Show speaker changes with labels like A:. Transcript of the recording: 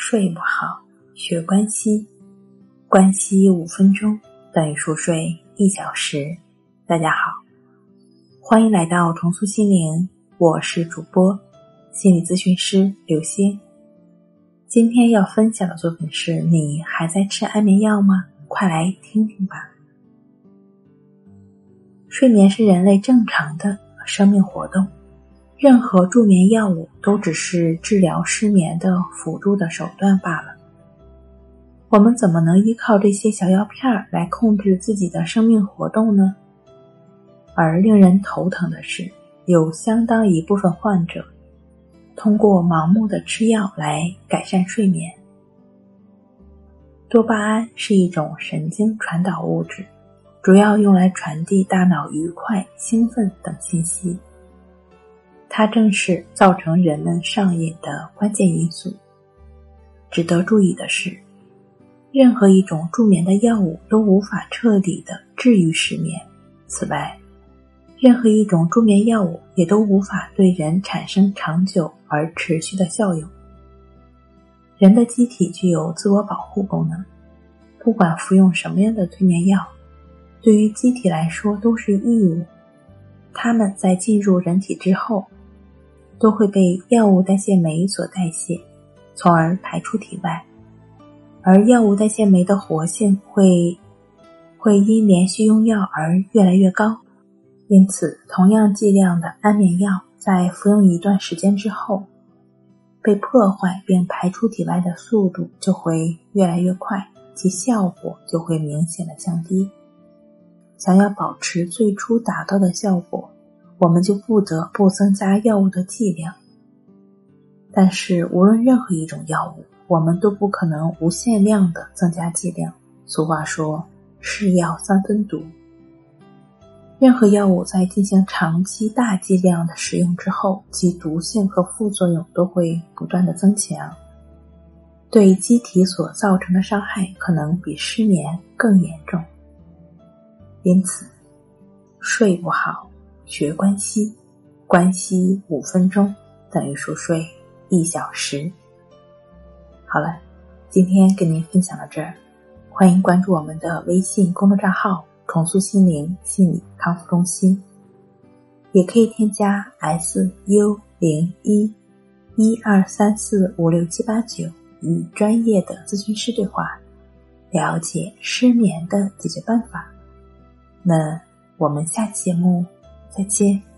A: 睡不好，学关息，关息5分钟等于熟睡1小时。大家好，欢迎来到重塑心灵，我是主播心理咨询师刘星。今天要分享的作品是：你还在吃安眠药吗？快来听听吧。睡眠是人类正常的生命活动，任何助眠药物都只是治疗失眠的辅助的手段罢了。我们怎么能依靠这些小药片来控制自己的生命活动呢？而令人头疼的是，有相当一部分患者通过盲目的吃药来改善睡眠。多巴胺是一种神经传导物质，主要用来传递大脑愉快、兴奋等信息。它正是造成人们上瘾的关键因素。值得注意的是，任何一种助眠的药物都无法彻底的治愈失眠。此外，任何一种助眠药物也都无法对人产生长久而持续的效用。人的机体具有自我保护功能，不管服用什么样的催眠药，对于机体来说都是义务。它们在进入人体之后，都会被药物代谢酶所代谢，从而排出体外。而药物代谢酶的活性会因连续用药而越来越高，因此同样剂量的安眠药在服用一段时间之后，被破坏并排出体外的速度就会越来越快，其效果就会明显的降低。想要保持最初达到的效果，我们就不得不增加药物的剂量。但是无论任何一种药物，我们都不可能无限量的增加剂量。俗话说，是药3分毒。任何药物在进行长期大剂量的使用之后，其毒性和副作用都会不断的增强，对机体所造成的伤害可能比失眠更严重。因此，睡不好学关息，关息5分钟等于熟睡1小时。好了，今天跟您分享到这儿，欢迎关注我们的微信公众账号重塑心灵心理康复中心，也可以添加 SU0112345679与专业的咨询师对话，了解失眠的解决办法。那我们下期节目再见。